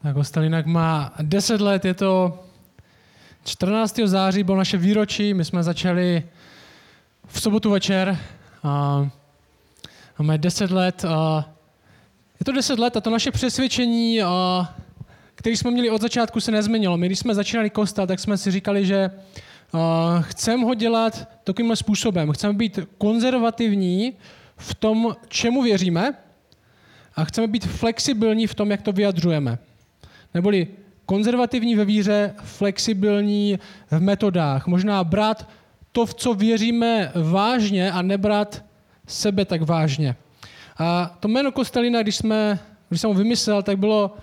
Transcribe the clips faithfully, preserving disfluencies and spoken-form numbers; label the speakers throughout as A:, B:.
A: Kostelínak má deset let, je to čtrnáctého září, bylo naše výročí, my jsme začali v sobotu večer a máme deset let. A je to deset let a to naše přesvědčení, a, které jsme měli od začátku, se nezměnilo. My, když jsme začínali kostel, tak jsme si říkali, že chceme ho dělat takovým způsobem. Chceme být konzervativní v tom, čemu věříme, a chceme být flexibilní v tom, jak to vyjadřujeme. Neboli konzervativní ve víře, flexibilní v metodách. Možná brát to, v co věříme, vážně a nebrat sebe tak vážně. A to jméno Kostelina, když, jsme, když jsem ho vymyslel, tak bylo...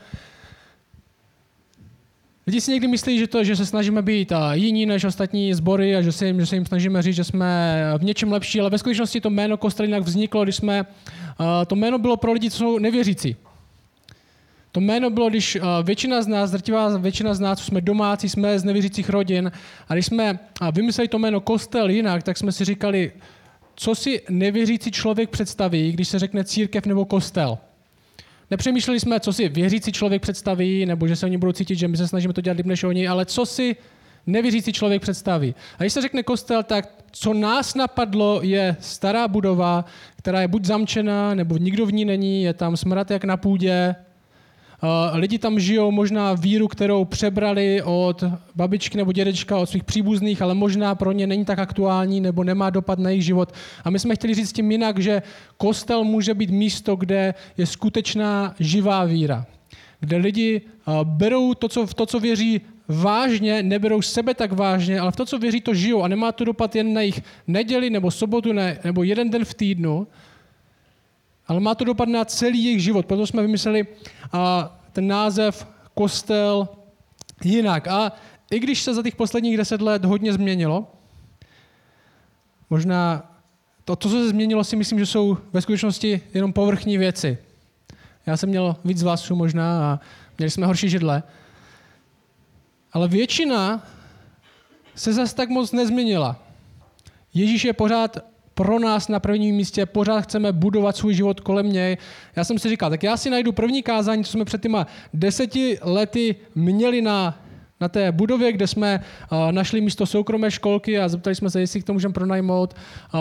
A: Lidi si někdy myslí, že, to, že se snažíme být jiní než ostatní sbory a že se, jim, že se jim snažíme říct, že jsme v něčem lepší, ale ve skutečnosti to jméno Kostelinak vzniklo, když jsme... To jméno bylo pro lidi, co jsou nevěřící. To jméno bylo, když většina z nás, drtivá většina z nás, co jsme domácí, jsme z nevěřících rodin, a když jsme vymysleli to jméno Kostel jinak, tak jsme si říkali, co si nevěřící člověk představí, když se řekne církev nebo kostel. Nepřemýšleli jsme, co si věřící člověk představí, nebo že se oni budou cítit, že my se snažíme to dělat líp než oni, ale co si nevěřící člověk představí. A když se řekne kostel, tak co nás napadlo, je stará budova, která je buď zamčená, nebo nikdo v ní není, je tam smrad jak na půdě. Lidi tam žijou možná víru, kterou přebrali od babičky nebo dědečka, od svých příbuzných, ale možná pro ně není tak aktuální nebo nemá dopad na jejich život. A my jsme chtěli říct tím jinak, že kostel může být místo, kde je skutečná živá víra. Kde lidi berou to, co, v to, co věří, vážně, neberou sebe tak vážně, ale v to, co věří, to žijou. A nemá to dopad jen na jejich neděli nebo sobotu ne, nebo jeden den v týdnu, ale má to dopad na celý jejich život. Proto jsme vymysleli a, ten název Kostel jinak. A i když se za těch posledních deset let hodně změnilo, možná to, to, co se změnilo, si myslím, že jsou ve skutečnosti jenom povrchní věci. Já jsem měl víc vlasů možná a měli jsme horší židle. Ale většina se zase tak moc nezměnila. Ježíš je pořád pro nás na prvním místě, pořád chceme budovat svůj život kolem něj. Já jsem si říkal, tak já si najdu první kázání, co jsme před těma deseti lety měli na, na té budově, kde jsme uh, našli místo soukromé školky a zeptali jsme se, jestli to můžeme pronajmout. Uh,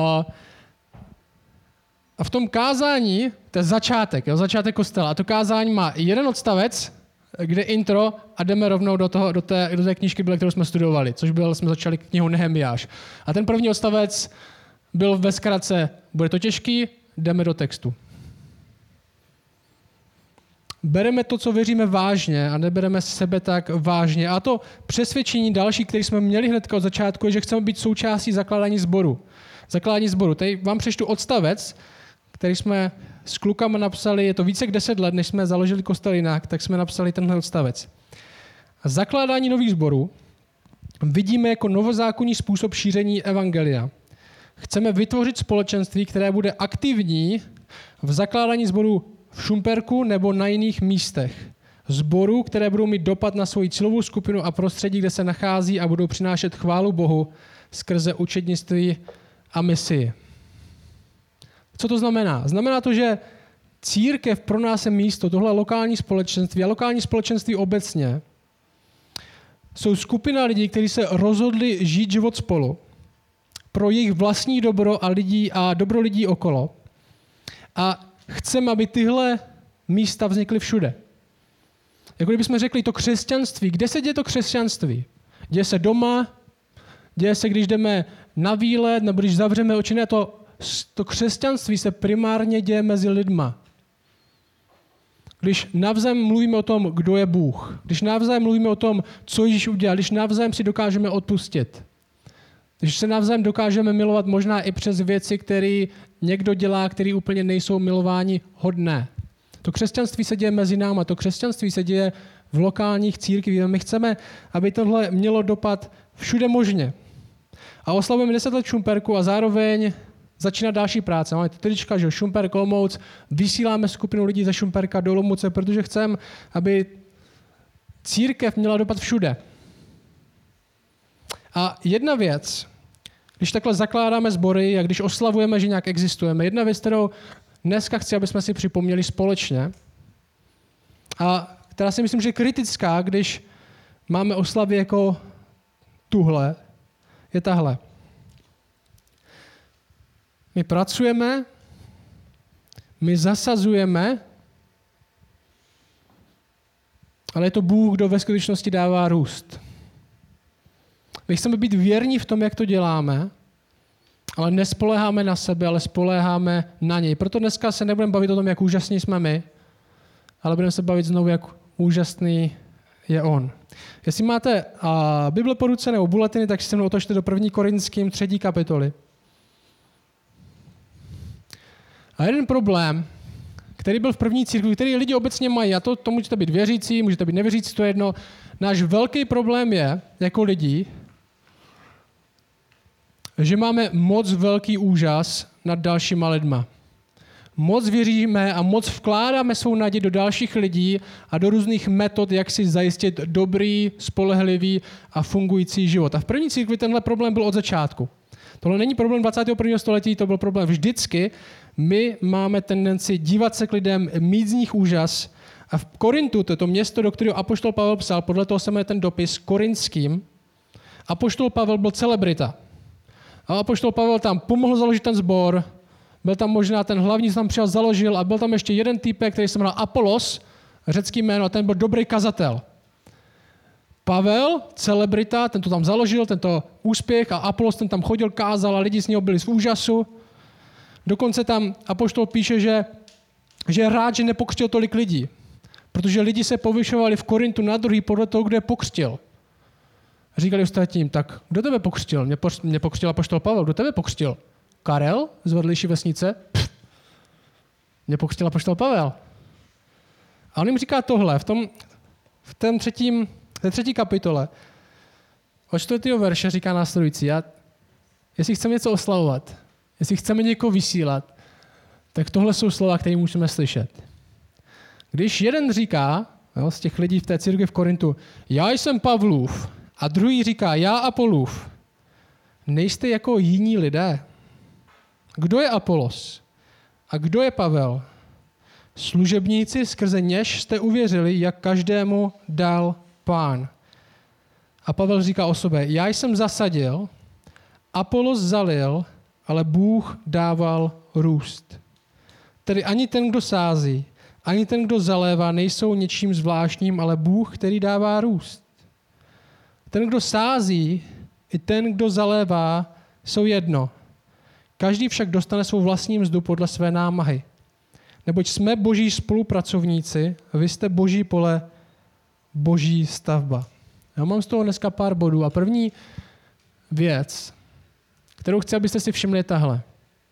A: a v tom kázání, to je začátek, jo, začátek kostela, a to kázání má jeden odstavec, kde intro, a jdeme rovnou do, toho, do, té, do té knížky, kterou jsme studovali, což byl, jsme začali knihou Nehemiáš. A ten první odstavec byl ve zkratce, bude to těžký, jdeme do textu. Bereme to, co věříme, vážně a nebereme sebe tak vážně. A to přesvědčení další, které jsme měli hned od začátku, je, že chceme být součástí zakládání sboru. Zakládání sboru. Tady vám přečtu odstavec, který jsme s klukama napsali, je to více jak deset let, než jsme založili kostel jinak, tak jsme napsali tenhle odstavec. Zakládání nových sborů vidíme jako novozákonní způsob šíření evangelia. Chceme vytvořit společenství, které bude aktivní v zakládání sborů v Šumperku nebo na jiných místech. Sborů, které budou mít dopad na svoji cílovou skupinu a prostředí, kde se nachází a budou přinášet chválu Bohu skrze učednictví a misii. Co to znamená? Znamená to, že církev pro nás je místo, tohle lokální společenství a lokální společenství obecně jsou skupina lidí, kteří se rozhodli žít život spolu pro jejich vlastní dobro a lidí a dobro lidí okolo. A chceme, aby tyhle místa vznikly všude. Jako kdybychom řekli to křesťanství. Kde se děje to křesťanství? Děje se doma, děje se, když jdeme na výlet, nebo když zavřeme oči. Ne, to, to křesťanství se primárně děje mezi lidma. Když navzájem mluvíme o tom, kdo je Bůh, když navzájem mluvíme o tom, co Ježíš udělal, když navzájem si dokážeme odpustit, když se navzájem dokážeme milovat možná i přes věci, které někdo dělá, které úplně nejsou milování hodné. To křesťanství se děje mezi náma, to křesťanství se děje v lokálních církvích. My chceme, aby tohle mělo dopad všude možně. A oslavujeme deset let Šumperku a zároveň začíná další práce. Máme trička, že Šumperk, Olomouc, vysíláme skupinu lidí ze Šumperka do Olomouce, protože chceme, aby církev měla dopad všude. A jedna věc, když takhle zakládáme sbory a když oslavujeme, že nějak existujeme, jedna věc, kterou dneska chci, aby jsme si připomněli společně, a která si myslím, že je kritická, když máme oslavy jako tuhle, je tahle. My pracujeme, my zasazujeme, ale je to Bůh, kdo ve skutečnosti dává růst. My chceme být věrní v tom, jak to děláme, ale nespoléháme na sebe, ale spoléháme na něj. Proto dneska se nebudeme bavit o tom, jak úžasní jsme my, ale budeme se bavit znovu, jak úžasný je on. Jestli máte a, Bible po ruce nebo bulletiny, tak si se mnou otočte do první Korinským třetí kapitoly. A jeden problém, který byl v první církvi, který lidi obecně mají, a to, to můžete být věřící, můžete být nevěřící, to je jedno. Náš velký problém je, jako lidí, že máme moc velký úžas nad dalšíma lidma. Moc věříme a moc vkládáme svou naději do dalších lidí a do různých metod, jak si zajistit dobrý, spolehlivý a fungující život. A v první církvi tenhle problém byl od začátku. Tohle není problém dvacátého prvního století, to byl problém vždycky. My máme tendenci dívat se k lidem, mít z nich úžas. A v Korintu, to je to město, do kterého apoštol Pavel psal, podle toho se jmenuje ten dopis Korinským, apoštol Pavel byl celebrita. A apoštol Pavel tam pomohl založit ten sbor, byl tam možná ten hlavní, co tam přijal, založil a byl tam ještě jeden týpek, který se jmenoval Apolos, řecký jméno, a ten byl dobrý kazatel. Pavel, celebrita, ten to tam založil, tento úspěch a Apolos ten tam chodil, kázal a lidi z něho byli z úžasu. Dokonce tam apoštol píše, že, že je rád, že nepokřtil tolik lidí, protože lidi se povyšovali v Korintu na druhý podle toho, kdo je pokřtil. Říkali ostatním, tak kdo tebe pokřtil? Mě, po, mě pokřtil apoštol Pavel, kdo tebe pokřtil? Karel z vedlejší vesnice? Pff, mě pokřtil apoštol Pavel. A on jim říká tohle, v tom, v tom třetím, té třetí kapitole, od čtvrtého verše říká následující, já, jestli chceme něco oslavovat, jestli chceme někoho vysílat, tak tohle jsou slova, které musíme slyšet. Když jeden říká, jo, z těch lidí v té církvi v Korintu, já jsem Pavlův, a druhý říká, já Apolův, nejste jako jiní lidé. Kdo je Apolos? A kdo je Pavel? Služebníci, skrze něž jste uvěřili, jak každému dal Pán. A Pavel říká o sobě, já jsem zasadil, Apolos zalil, ale Bůh dával růst. Tedy ani ten, kdo sází, ani ten, kdo zalévá, nejsou něčím zvláštním, ale Bůh, který dává růst. Ten, kdo sází, i ten, kdo zalévá, jsou jedno. Každý však dostane svou vlastní mzdu podle své námahy. Neboť jsme boží spolupracovníci, vy jste boží pole, boží stavba. Já mám z toho dneska pár bodů a první věc, kterou chci, abyste si všimli, je tahle.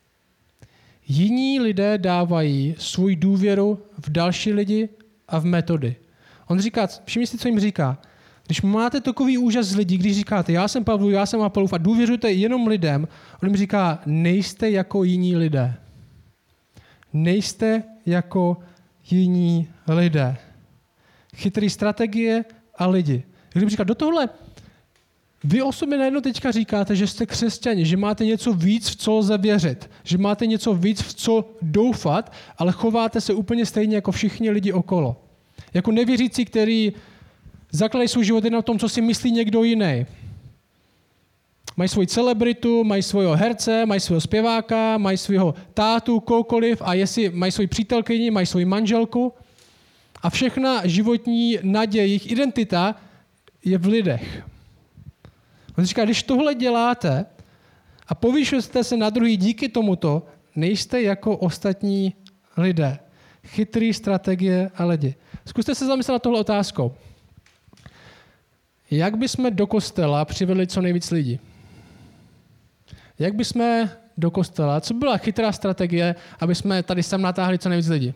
A: Jiní lidé dávají svou důvěru v další lidi a v metody. On říká, všimni si, co jim říká. Když máte takový úžas z lidí, když říkáte, já jsem Pavlu, já jsem Apolův a důvěřujete jenom lidem, on jim říká, nejste jako jiní lidé. Nejste jako jiní lidé. Chytrý strategie a lidi. Když říká, do tohle, vy o sobě najednou teďka říkáte, že jste křesťani, že máte něco víc, v co lze věřit, že máte něco víc, v co doufat, ale chováte se úplně stejně jako všichni lidi okolo. Jako nevěřící, který zakladají svůj život jen na tom, co si myslí někdo jiný. Mají svoji celebritu, mají svého herce, mají svého zpěváka, mají svého tátu, kohokoliv a jestli mají svoji přítelkyni, mají svoji manželku a všechna životní naděje, jejich identita je v lidech. On říká, když tohle děláte a povýšujete se na druhý díky tomuto, nejste jako ostatní lidé. Chytrý strategie a lidi. Zkuste se zamyslet na tohle otázkou. Jak bychom do kostela přivedli co nejvíc lidí? Jak bychom do kostela, co byla chytrá strategie, aby jsme tady sem natáhli co nejvíc lidí?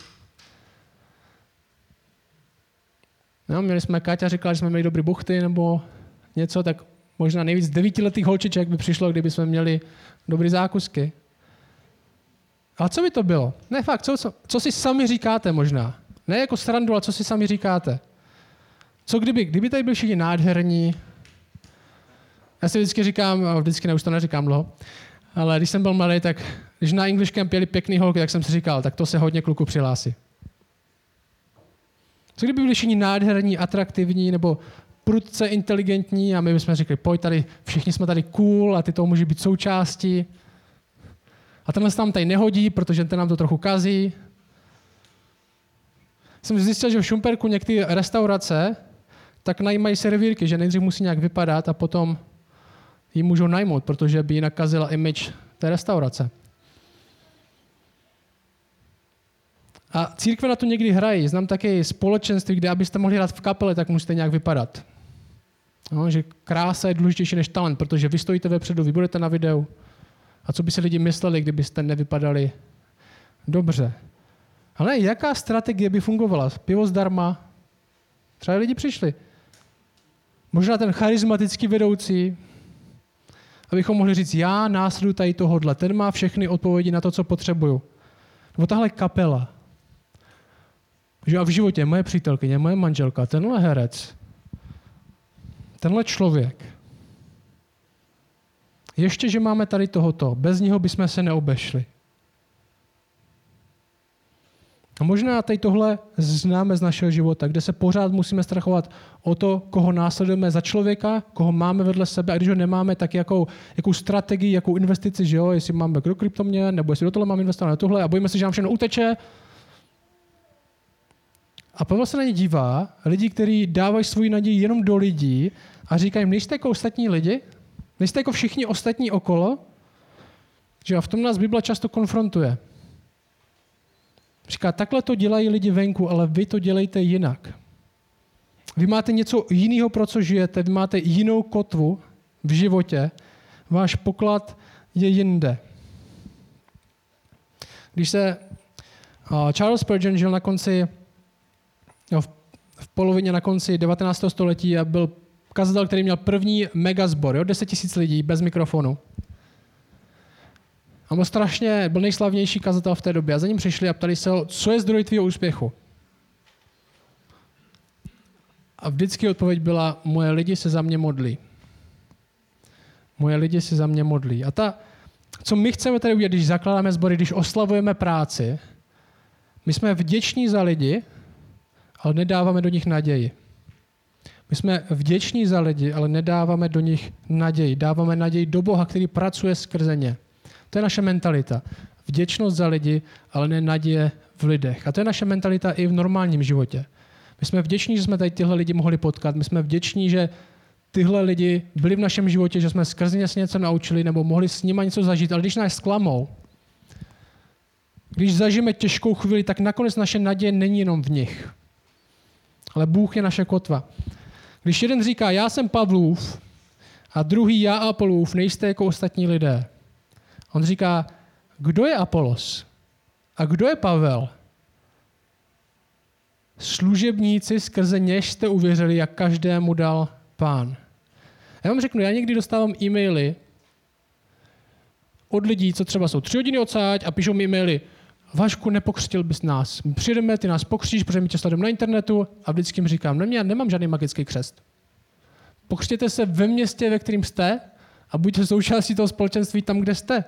A: No, měli jsme Káťa říkala, že jsme měli dobrý buchty nebo něco, tak možná nejvíc devítiletých holčiček by přišlo, kdyby jsme měli dobrý zákusky. Ale co by to bylo? Ne fakt, co, co, co si sami říkáte možná? Ne jako srandu, ale co si sami říkáte? Co kdyby, kdyby tady byli všichni nádherní? Já si vždycky říkám, a vždycky ne, už to neříkám dlouho, ale když jsem byl malý, tak když na English Camp jeli pěkný holky, tak jsem si říkal, tak to se hodně kluků přihlásí. Co kdyby byli všichni nádherní, atraktivní nebo prudce inteligentní a my bychom řekli, pojď tady, všichni jsme tady cool a ty toho může být součástí. A tenhle se tam tady nehodí, protože ten nám to trochu kazí. Jsem zjistil, že v Šumperku některé restaurace tak najímají servírky, že nejdřív musí nějak vypadat a potom ji můžou najmout, protože by ji nakazila image té restaurace. A církve na to někdy hrají. Znám taky společenství, kde abyste mohli hrát v kapele, tak musíte nějak vypadat. No, že krása je důležitější než talent, protože vy stojíte vepředu, vy budete na videu. A co by si lidi mysleli, kdybyste nevypadali dobře? Ale jaká strategie by fungovala? Pivo zdarma? Třeba lidi přišli. Možná ten charismatický vedoucí, abychom mohli říct, já následuji tady tohodle, ten má všechny odpovědi na to, co potřebuju. Nebo tahle kapela. Že a v životě moje přítelkyně, moje manželka, tenhle herec, tenhle člověk. Ještě, že máme tady tohoto, bez něho bychom se neobešli. A možná tady tohle známe z našeho života, kde se pořád musíme strachovat o to, koho následujeme za člověka, koho máme vedle sebe a když ho nemáme, tak jakou, jakou strategii, jakou investici, že jo, jestli máme do kryptoměn, nebo jestli do tohle máme investovat na tohle a bojíme se, že nám všechno uteče. A Pavel se na ně dívá, lidi, kteří dávají svou naději jenom do lidí a říkají, nejste jako ostatní lidi, nejste jako všichni ostatní okolo, že a v tom nás Bible často konfrontuje. Říká, takhle to dělají lidi venku, ale vy to dělejte jinak. Vy máte něco jiného, pro co žijete, vy máte jinou kotvu v životě, váš poklad je jinde. Když se uh, Charles Spurgeon žil na konci, no, v, v polovině na konci devatenáctého století a byl kazatel, který měl první megazbor, jo, deset tisíc lidí bez mikrofonu. A byl strašně, byl nejslavnější kazatel v té době. A za ním přišli a ptali se ho, co je zdroj tvýho úspěchu. A vždycky odpověď byla, moje lidi se za mě modlí. Moje lidi se za mě modlí. A ta, co my chceme tady udělat, když zakládáme sbory, když oslavujeme práci, my jsme vděční za lidi, ale nedáváme do nich naději. My jsme vděční za lidi, ale nedáváme do nich naději. Dáváme naději do Boha, který pracuje skrze ně. To je naše mentalita. Vděčnost za lidi, ale ne naděje v lidech. A to je naše mentalita i v normálním životě. My jsme vděční, že jsme tady tyhle lidi mohli potkat. My jsme vděční, že tyhle lidi byli v našem životě, že jsme skrze ně se něco naučili nebo mohli s nimi něco zažít. Ale když nás zklamou, když zažijeme těžkou chvíli, tak nakonec naše naděje není jenom v nich. Ale Bůh je naše kotva. Když jeden říká, já jsem Pavlův a druhý já Apolův, nejste jako ostatní lidé. On říká, kdo je Apolos a kdo je Pavel? Služebníci, skrze něž jste uvěřili, jak každému dal Pán. Já vám řeknu, já někdy dostávám e-maily od lidí, co třeba jsou tři hodiny odsáď a píšou mi e-maily, Vašku, nepokřtil bys nás. My přijdeme, ty nás pokřtíš, protože my tě sledujeme na internetu a vždycky jim říkám, no já nemám žádný magický křest. Pokřtěte se ve městě, ve kterém jste a buďte součástí toho společenství tam, kde jste.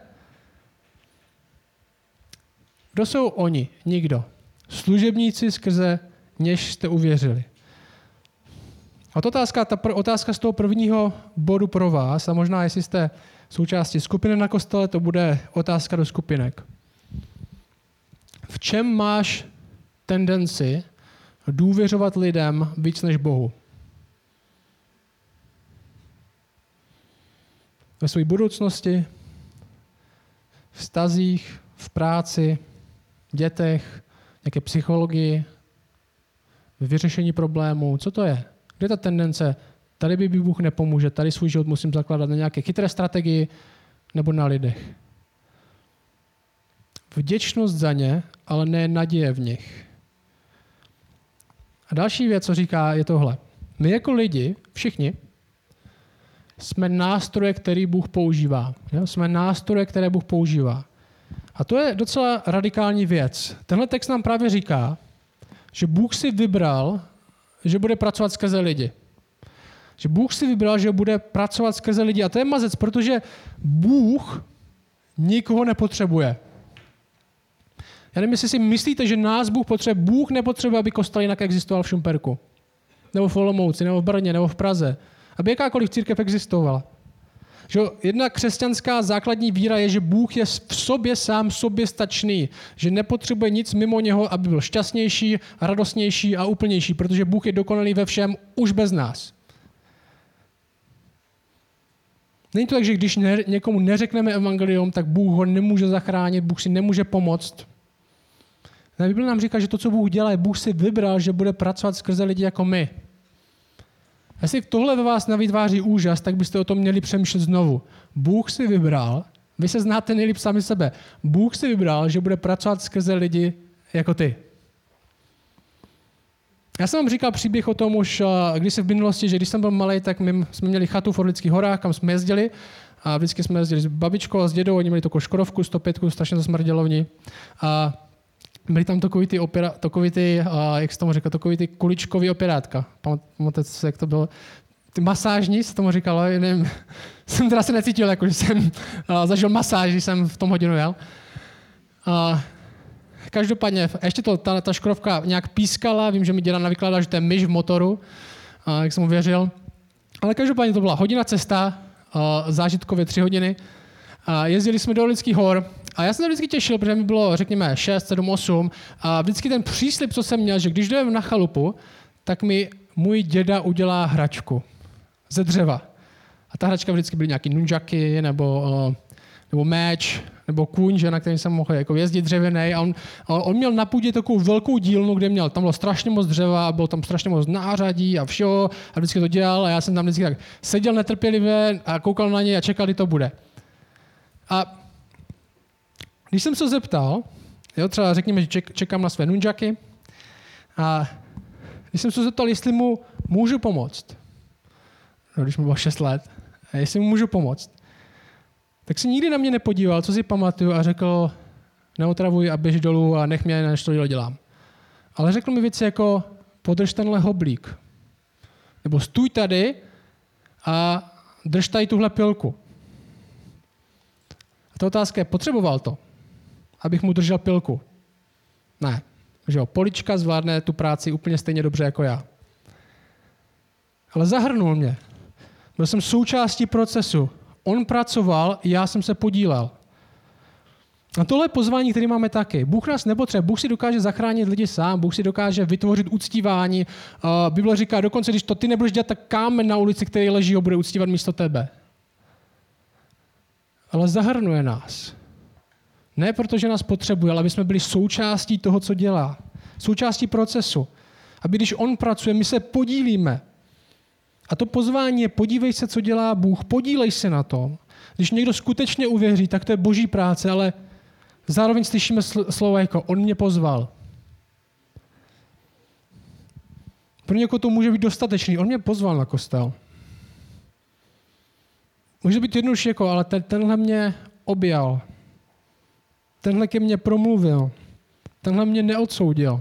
A: Kdo jsou oni? Nikdo. Služebníci, skrze něž jste uvěřili. A to otázka, ta pr- otázka z toho prvního bodu pro vás, a možná jestli jste součástí skupiny na kostele, to bude otázka do skupinek. V čem máš tendenci důvěřovat lidem víc než Bohu? Ve své budoucnosti, vztazích, v práci, dětech, nějaké psychologii, v vyřešení problémů. Co to je? Kde je ta tendence? Tady by Bůh nepomůže, tady svůj život musím zakládat na nějaké chytré strategii nebo na lidech. Vděčnost za ně, ale ne naděje v nich. A další věc, co říká, je tohle. My jako lidi, všichni, jsme nástroje, který Bůh používá. Jo? Jsme nástroje, které Bůh používá. A to je docela radikální věc. Tenhle text nám právě říká, že Bůh si vybral, že bude pracovat skrze lidi. Že Bůh si vybral, že bude pracovat skrze lidi. A to je mazec, protože Bůh nikoho nepotřebuje. Já nevím, jestli si myslíte, že nás Bůh potřebuje. Bůh nepotřebuje, aby kostel jinak existoval v Šumperku. Nebo v Olomouci, nebo v Brně, nebo v Praze. Aby jakákoliv církev existovala. Že jedna křesťanská základní víra je, že Bůh je v sobě sám sobě stačný. Že nepotřebuje nic mimo něho, aby byl šťastnější, radostnější a úplnější, protože Bůh je dokonalý ve všem už bez nás. Není to tak, že když ne, někomu neřekneme evangelium, tak Bůh ho nemůže zachránit, Bůh si nemůže pomoct. Na Bible nám říká, že to, co Bůh dělá, je, Bůh si vybral, že bude pracovat skrze lidi jako my. A jestli tohle ve vás navytváří úžas, tak byste o tom měli přemýšlet znovu. Bůh si vybral, vy se znáte nejlíp sami sebe, Bůh si vybral, že bude pracovat skrze lidi jako ty. Já jsem vám říkal příběh o tom už, když se v minulosti, že když jsem byl malý, tak my jsme měli chatu v Orlických horách, kam jsme jezdili. A vždycky jsme jezdili s babičkou a s dědou, oni měli takovou škodovku, sto pět, strašně to smrdělo v ní. A byli tam takový ty, opera, takový ty a jak se tomu říká, takový ty kuličkový operátka. Pamatujete se, jak to bylo? Ty masážní se tomu říkalo, nevím. Jsem teda se necítil, jako že jsem a, zažil masáž, když jsem v tom hodinu jel. A, každopádně, ještě to, ta, ta škodovka nějak pískala, vím, že mi děda navykládala, že to je myš v motoru, a, jak jsem mu věřil. Ale každopádně to byla hodina cesta, a, zážitkově tři hodiny. A jezdili jsme do Orlických hor a já jsem se vždycky těšil, protože mi bylo, řekněme, šest, sedm, osm a vždycky ten příslib, co jsem měl, že když jdeme na chalupu, tak mi můj děda udělá hračku ze dřeva. A ta hračka vždycky byly nějaký nunžaky nebo, nebo meč, nebo kůň, že, na kterým jsem mohl jako jezdit dřevěnej. A on, on měl na půdě takovou velkou dílnu, kde měl, tam bylo strašně moc dřeva, bylo tam strašně moc nářadí a všeho a vždycky to dělal a já jsem tam vždycky tak seděl netrpělivě a koukal na něj a čekal, kdy to bude. A když jsem se zeptal, jo, třeba řekněme, že ček, čekám na své nunžaky, a když jsem se zeptal, jestli mu můžu pomoct, no, když mu bylo šest let, a jestli mu můžu pomoct, tak se nikdy na mě nepodíval, co si pamatuju a řekl, neotravuj a běž dolů a nech mě, než to dělám. Ale řekl mi věci jako, podrž tenhle hoblík. Nebo stůj tady a drž tady tuhle pilku. A ta otázka je, potřeboval to, abych mu držel pilku? Ne. Že jo, polička zvládne tu práci úplně stejně dobře jako já. Ale zahrnul mě. Byl jsem součástí procesu. On pracoval, já jsem se podílel. A tohle je pozvání, které máme taky. Bůh nás nepotřebuje. Bůh si dokáže zachránit lidi sám. Bůh si dokáže vytvořit uctívání. Uh, Bible říká, dokonce, když to ty nebudeš dělat, tak kámen na ulici, který leží, ho bude uctívat místo tebe. Ale zahrnuje nás. Ne protože nás potřebuje, ale aby jsme byli součástí toho, co dělá. Součástí procesu. Aby když on pracuje, my se podílíme. A to pozvání je, podívej se, co dělá Bůh, podílej se na tom. Když někdo skutečně uvěří, tak to je boží práce, ale zároveň slyšíme slovo jako, on mě pozval. Pro někoho to může být dostatečný, on mě pozval na kostel. Může být jednodušší jako, ale ten, tenhle mě objal. Tenhle ke mně promluvil. Tenhle mě neodsoudil.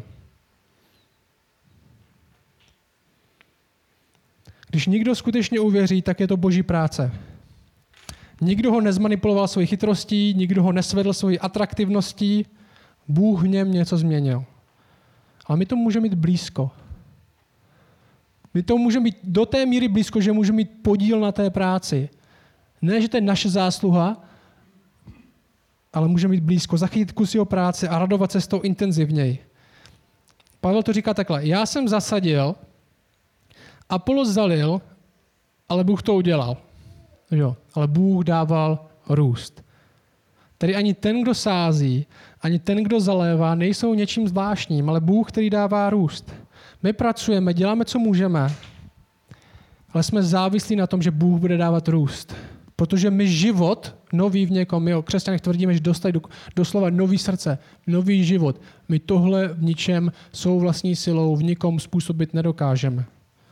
A: Když někdo skutečně uvěří, tak je to boží práce. Nikdo ho nezmanipuloval svojí chytrostí, nikdo ho nesvedl svojí atraktivností, Bůh v něm něco změnil. Ale my to můžeme mít blízko. My to můžeme mít do té míry blízko, že můžeme mít podíl na té práci. Ne, že to je naše zásluha, ale můžeme mít blízko, zachytit kus jeho práce a radovat se z toho intenzivněji. Pavel to říká takhle. Já jsem zasadil, Apolos zalil, ale Bůh to udělal. Jo, ale Bůh dával růst. Tedy ani ten, kdo sází, ani ten, kdo zalévá, nejsou něčím zvláštním, ale Bůh, který dává růst. My pracujeme, děláme, co můžeme, ale jsme závislí na tom, že Bůh bude dávat růst. Protože my život nový v někom, my o křesťanech tvrdíme, že dostali do, doslova nový srdce, nový život. My tohle v ničem svou vlastní silou v nikom způsobit nedokážeme.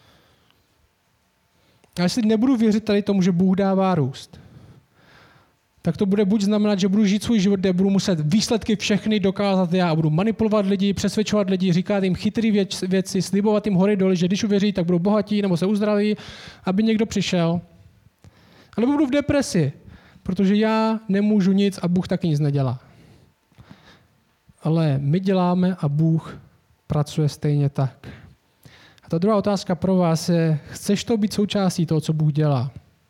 A: A jestli nebudu věřit tady tomu, že Bůh dává růst, tak to bude buď znamenat, že budu žít svůj život, kde budu muset výsledky všechny dokázat já a budu manipulovat lidi, přesvědčovat lidi, říkat jim chytrý věc, věci, slibovat jim hory doly, že když uvěří, tak budou bohatí nebo se uzdraví, aby někdo přišel. A nebo budu v depresi, protože já nemůžu nic a Bůh taky nic nedělá. ale my děláme a Bůh pracuje stejně tak. A ta druhá otázka pro vás je, chceš to být součástí toho, co Bůh dělá?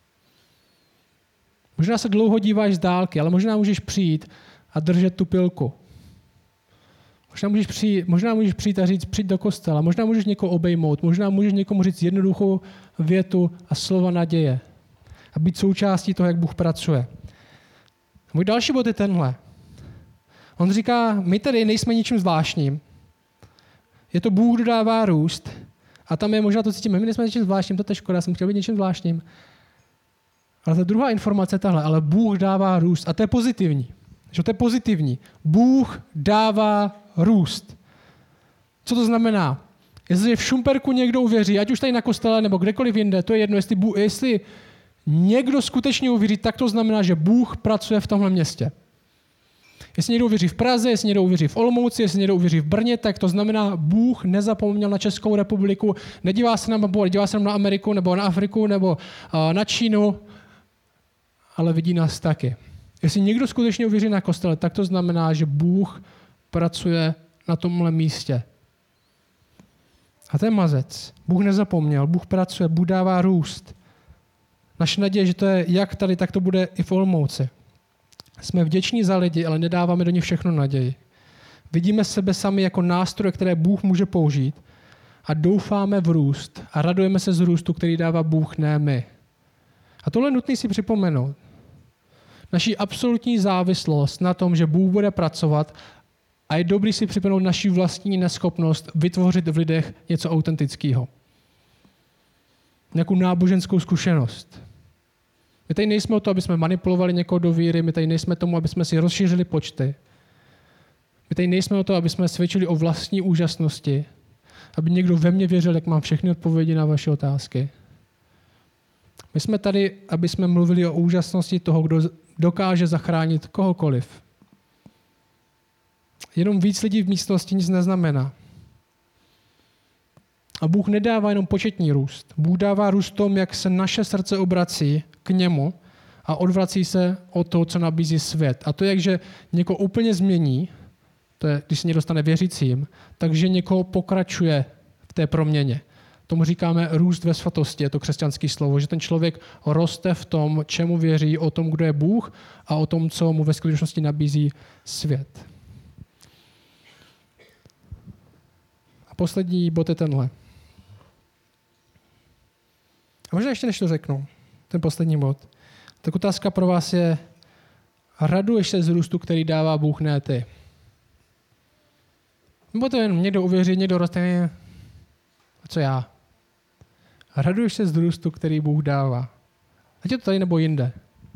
A: Možná se dlouho díváš z dálky, ale možná můžeš přijít a držet tu pilku. Možná můžeš přijít, možná můžeš přijít a říct, přijď do kostela. Možná můžeš někoho obejmout. Možná můžeš někomu říct jednoduchou větu a slova naděje. A být součástí toho, jak Bůh pracuje. Můj další bod je tenhle. On říká, my tady nejsme ničím zvláštním. Je to Bůh, kdo dává růst. A tam je možná to cítíme, my nejsme ničím zvláštním, to je škoda, jsem chtěl být něčím zvláštním. Ale ta druhá informace je tahle, ale Bůh dává růst. A to je pozitivní. Že to je pozitivní. Bůh dává růst. Co to znamená? Jestli v Šumperku někdo uvěří, ať už tady na kostele nebo kdekoliv jinde, to je jedno, jestli, Bůh, jestli někdo skutečně uvěří, tak to znamená, že Bůh pracuje v tomhle městě. Jestli někdo uvěří v Praze, jestli někdo uvěří v Olomouci, jestli někdo uvěří v Brně, tak to znamená, Bůh nezapomněl na Českou republiku, nedívá se na mapu, ale dívá se na Ameriku, nebo na Afriku, nebo uh, na Čínu, ale vidí nás taky. Jestli někdo skutečně uvěří na kostele, tak to znamená, že Bůh pracuje na tomhle místě. A to je mazec. Bůh nezapomněl, Bůh pracuje, Bůh dává růst. Naše naděje, že to je jak tady, tak to bude i v Olomouci. Jsme vděční za lidi, ale nedáváme do nich všechno naději. Vidíme sebe sami jako nástroje, které Bůh může použít a doufáme v růst a radujeme se z růstu, který dává Bůh, ne my. A tohle je nutné si připomenout. Naší absolutní závislost na tom, že Bůh bude pracovat a je dobrý si připomenout naši vlastní neschopnost vytvořit v lidech něco autentického. Nějakou náboženskou zkušenost. My tady nejsme o to, aby jsme manipulovali někoho do víry, my tady nejsme tomu, aby jsme si rozšířili počty. My tady nejsme o to, aby jsme svědčili o vlastní úžasnosti, aby někdo ve mně věřil, jak mám všechny odpovědi na vaše otázky. My jsme tady, aby jsme mluvili o úžasnosti toho, kdo dokáže zachránit kohokoliv. Jenom víc lidí v místnosti nic neznamená. A Bůh nedává jenom početní růst. Bůh dává růst tom, jak se naše srdce obrací k němu a odvrací se od toho, co nabízí svět. A to je, že někoho úplně změní, to je, když se někdo stane věřícím, takže někoho pokračuje v té proměně. Tomu říkáme růst ve svatosti, je to křesťanské slovo, že ten člověk roste v tom, čemu věří, o tom, kdo je Bůh a o tom, co mu ve skutečnosti nabízí svět. A poslední bod je tenhle. A možná ještě než to řeknu, ten poslední bod, tak otázka pro vás je, raduješ se z růstu, který dává Bůh, ne ty? Nebo to jen někdo uvěří, někdo roste, a co já? Raduješ se z růstu, který Bůh dává. Ať je to tady nebo jinde.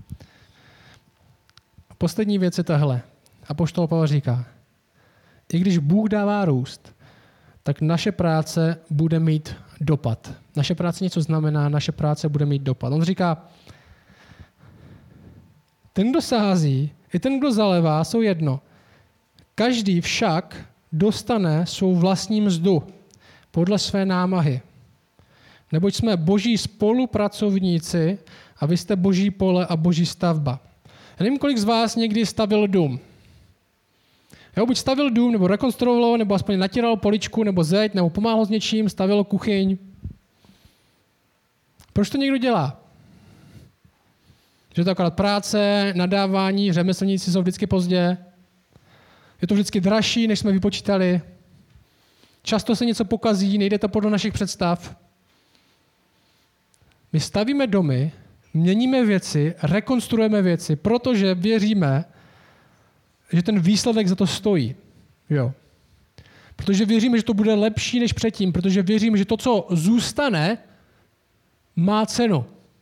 A: A poslední věc je tahle. Apoštol Pavel říká, i když Bůh dává růst, tak naše práce bude mít dopad. Naše práce něco znamená, naše práce bude mít dopad. On říká, ten, kdo sází, i ten, kdo zalevá, jsou jedno. Každý však dostane svou vlastní mzdu podle své námahy. Neboť jsme boží spolupracovníci a vy jste boží pole a boží stavba. Já nevím, kolik z vás někdy stavil dům. Jo, buď stavil dům, nebo rekonstruoval, nebo aspoň natíral poličku, nebo zeď, nebo pomáhal s něčím, stavil kuchyň. Proč to někdo dělá? Že to je akorát práce, nadávání, řemeslníci jsou vždycky pozdě. Je to vždycky dražší, než jsme vypočítali. Často se něco pokazí, nejde to podle našich představ. My stavíme domy, měníme věci, rekonstruujeme věci, protože věříme, že ten výsledek za to stojí. Jo. Protože věříme, že to bude lepší než předtím, protože věříme, že to, co zůstane, má cenu.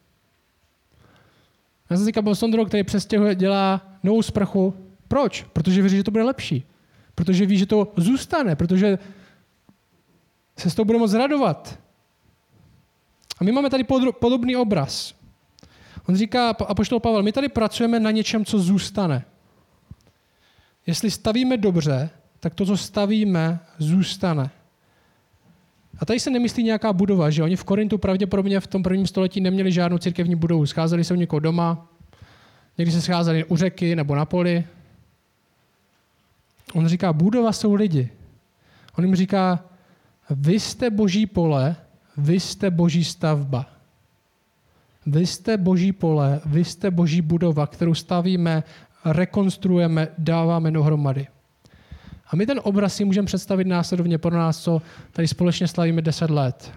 A: Já jsem říkal, byl Sondro, který přestěhuje, dělá novou sprchu. Proč? Protože věří, že to bude lepší. Protože ví, že to zůstane, protože se s tou bude moc radovat. A my máme tady podobný obraz. On říká, apoštol Pavel, my tady pracujeme na něčem, co zůstane. Jestli stavíme dobře, tak to, co stavíme, zůstane. A tady se nemyslí nějaká budova, že oni v Korintu pravděpodobně v tom prvním století neměli žádnou církevní budovu. Scházeli se u někoho doma, někdy se scházeli u řeky nebo na poli. On říká, budova jsou lidi. On jim říká, vy jste boží pole, vy jste boží stavba. Vy jste boží pole, vy jste boží budova, kterou stavíme, rekonstruujeme, dáváme dohromady. A my ten obraz si můžeme představit následovně pro nás, co tady společně slavíme deset let.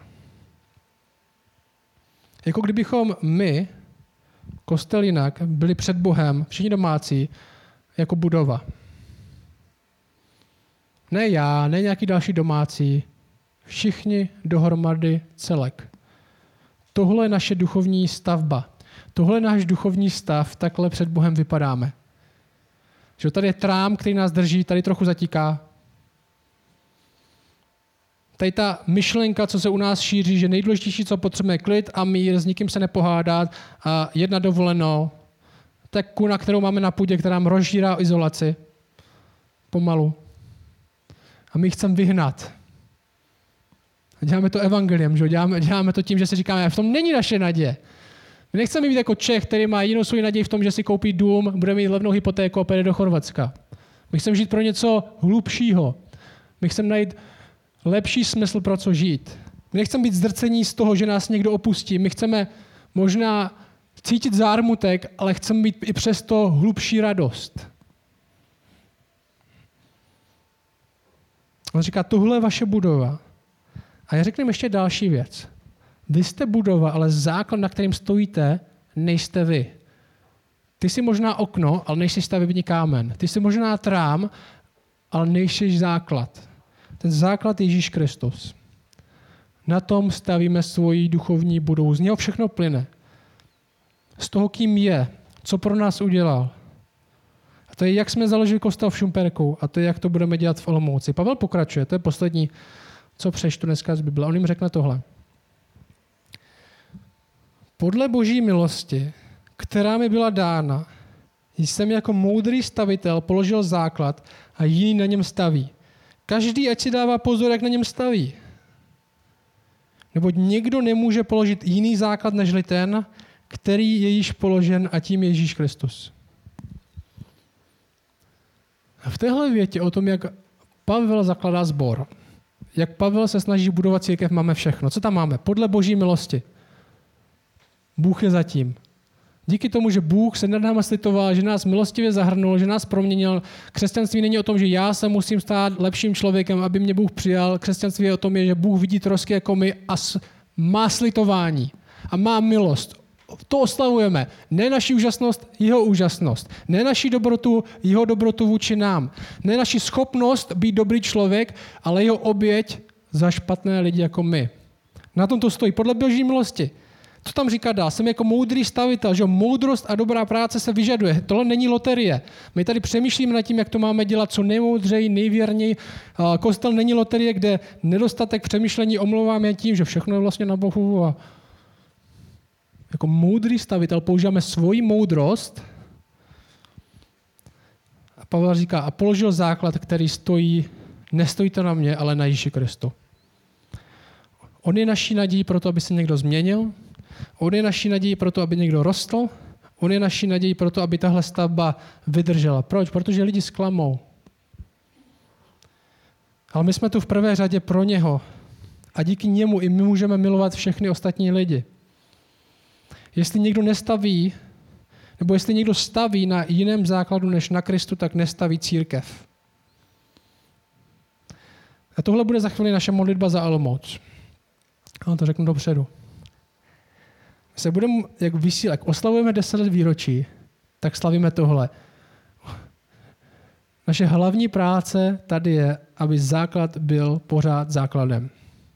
A: Jako kdybychom my, kostel jinak, byli před Bohem, všichni domácí, jako budova. Ne já, ne nějaký další domácí, všichni dohromady celek. Tohle je naše duchovní stavba. Tohle je náš duchovní stav, takhle před Bohem vypadáme. Že tady je trám, který nás drží, tady trochu zatíká. Tady ta myšlenka, co se u nás šíří, že nejdůležitější, co potřebujeme, klid a mír, s nikým se nepohádat a jedna dovoleno. To je kuna, kterou máme na půdě, která nám rozžírá izolaci. Pomalu. A my ji chceme vyhnat. Děláme to evangeliem, že? Děláme, děláme to tím, že si říkáme, v tom není naše naděje. My nechceme být jako Čech, který má jinou svou naději v tom, že si koupí dům, bude mít levnou hypotéku a půjde do Chorvatska. My chceme žít pro něco hlubšího. My chceme najít lepší smysl, pro co žít. My nechceme být zdrcení z toho, že nás někdo opustí. My chceme možná cítit zármutek, ale chceme mít i přesto hlubší radost. On říká, tohle je vaše budova. A já řeknu ještě další věc. Vy jste budova, ale základ, na kterým stojíte, nejste vy. Ty jsi možná okno, ale nejsi stavební kámen. Ty jsi možná trám, ale nejsi základ. Ten základ je Ježíš Kristus. Na tom stavíme svoji duchovní budovu. Z něho všechno plyne. Z toho, kým je, co pro nás udělal. A to je, jak jsme založili kostel v Šumperku a to je, jak to budeme dělat v Olomouci. Pavel pokračuje, to je poslední, co přečtu dneska z Bible. On jim řekne tohle. Podle boží milosti, která mi byla dána, jsem jako moudrý stavitel položil základ a jiný na něm staví. Každý, ať si dává pozor, jak na něm staví. Neboť nikdo nemůže položit jiný základ, nežli ten, který je již položen a tím je Ježíš Kristus. A v téhle větě o tom, jak Pavel zakládá sbor, jak Pavel se snaží budovat církev, máme všechno. Co tam máme? Podle boží milosti. Bůh je zatím. Díky tomu, že Bůh se nad námi slitoval, že nás milostivě zahrnul, že nás proměnil. Křesťanství není o tom, že já se musím stát lepším člověkem, aby mě Bůh přijal. Křesťanství je o tom, že Bůh vidí trosky jako my a má slitování a má milost. To oslavujeme. Ne naši úžasnost, jeho úžasnost. Ne naši dobrotu, jeho dobrotu vůči nám. Ne naši schopnost být dobrý člověk, ale jeho oběť za špatné lidi jako my. Na tom to stojí. Podle boží milosti. Co tam říká dál? Jsem jako moudrý stavitel, že moudrost a dobrá práce se vyžaduje. Tohle není loterie. My tady přemýšlíme nad tím, jak to máme dělat co nejmoudřeji, nejvěrněji. Kostel není loterie, kde nedostatek přemýšlení omlouváme tím, že všechno je vlastně na Bohu. A jako moudrý stavitel používáme svoji moudrost. A Pavel říká, a položil základ, který stojí, nestojí to na mě, ale na Ježíši Kristu. On je naší nadějí pro to, aby se někdo změnil. On je naší nadějí pro to, aby někdo rostl. On je naší nadějí pro to, aby tahle stavba vydržela. Proč? Protože lidi zklamou. Ale my jsme tu v prvé řadě pro něho. A díky němu i my můžeme milovat všechny ostatní lidi. Jestli někdo nestaví, nebo jestli někdo staví na jiném základu než na Kristu, tak nestaví církev. A tohle bude za chvíli naše modlitba za Olomouc. Já to řeknu dopředu. My se budeme, jak vysílat, jak oslavujeme deset let výročí, tak slavíme tohle. Naše hlavní práce tady je, aby základ byl pořád základem.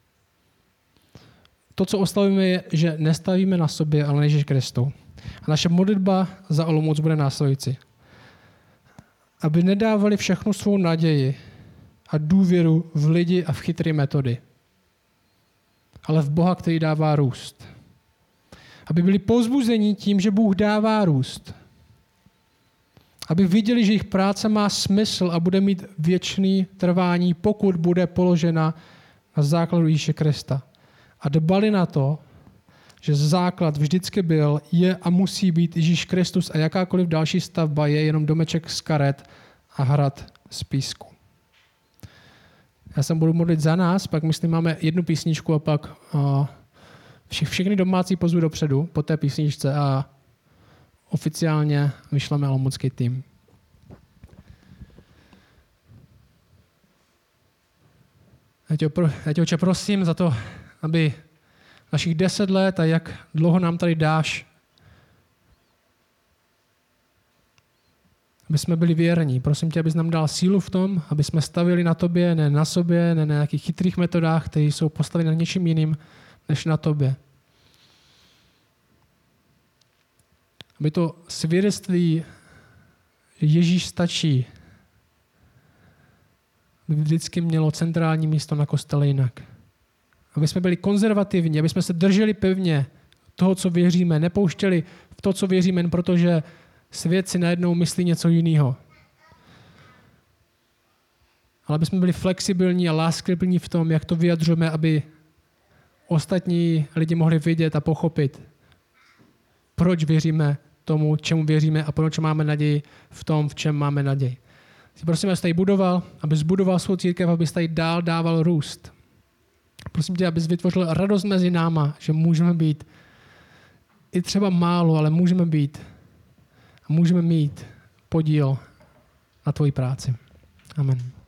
A: To, co oslavujeme, je, že nestavíme na sobě, ale na Ježíši Kristu. A naše modlitba za Olomouc bude následující. Aby nedávali všechnu svou naději a důvěru v lidi a v chytré metody, ale v Boha, který dává růst. Aby byli povzbuzeni tím, že Bůh dává růst. Aby viděli, že jejich práce má smysl a bude mít věčný trvání, pokud bude položena na základu Ježíše Krista. A dbali na to, že základ vždycky byl, je a musí být Ježíš Kristus a jakákoliv další stavba je jenom domeček z karet a hrad z písku. Já se budu modlit za nás, pak myslím, máme jednu písničku a pak uh, vše, všechny domácí pozvu dopředu po té písničce a oficiálně vyšleme olomoucký tým. Já tě, já tě, Otče, prosím za to, aby našich deset let a jak dlouho nám tady dáš, aby jsme byli věrní. Prosím tě, abys nám dal sílu v tom, aby jsme stavili na tobě, ne na sobě, ne na nějakých chytrých metodách, které jsou postaveny na něčím jiným, než na tobě. Aby to svědectví, že Ježíš stačí, aby vždycky mělo centrální místo na kostele jinak. Aby jsme byli konzervativní, aby jsme se drželi pevně toho, co věříme, nepouštěli v to, co věříme, jen protože svět si najednou myslí něco jiného. Ale aby jsme byli flexibilní a láskyplní v tom, jak to vyjadřujeme, aby ostatní lidi mohli vidět a pochopit, proč věříme tomu, čemu věříme a proč máme naději v tom, v čem máme naději. Prosím, abys tady budoval, abys budoval svou církev, abys tady dál dával růst. Prosím tě, abys vytvořil radost mezi náma, že můžeme být i třeba málo, ale můžeme být a můžeme mít podíl na tvoji práci. Amen.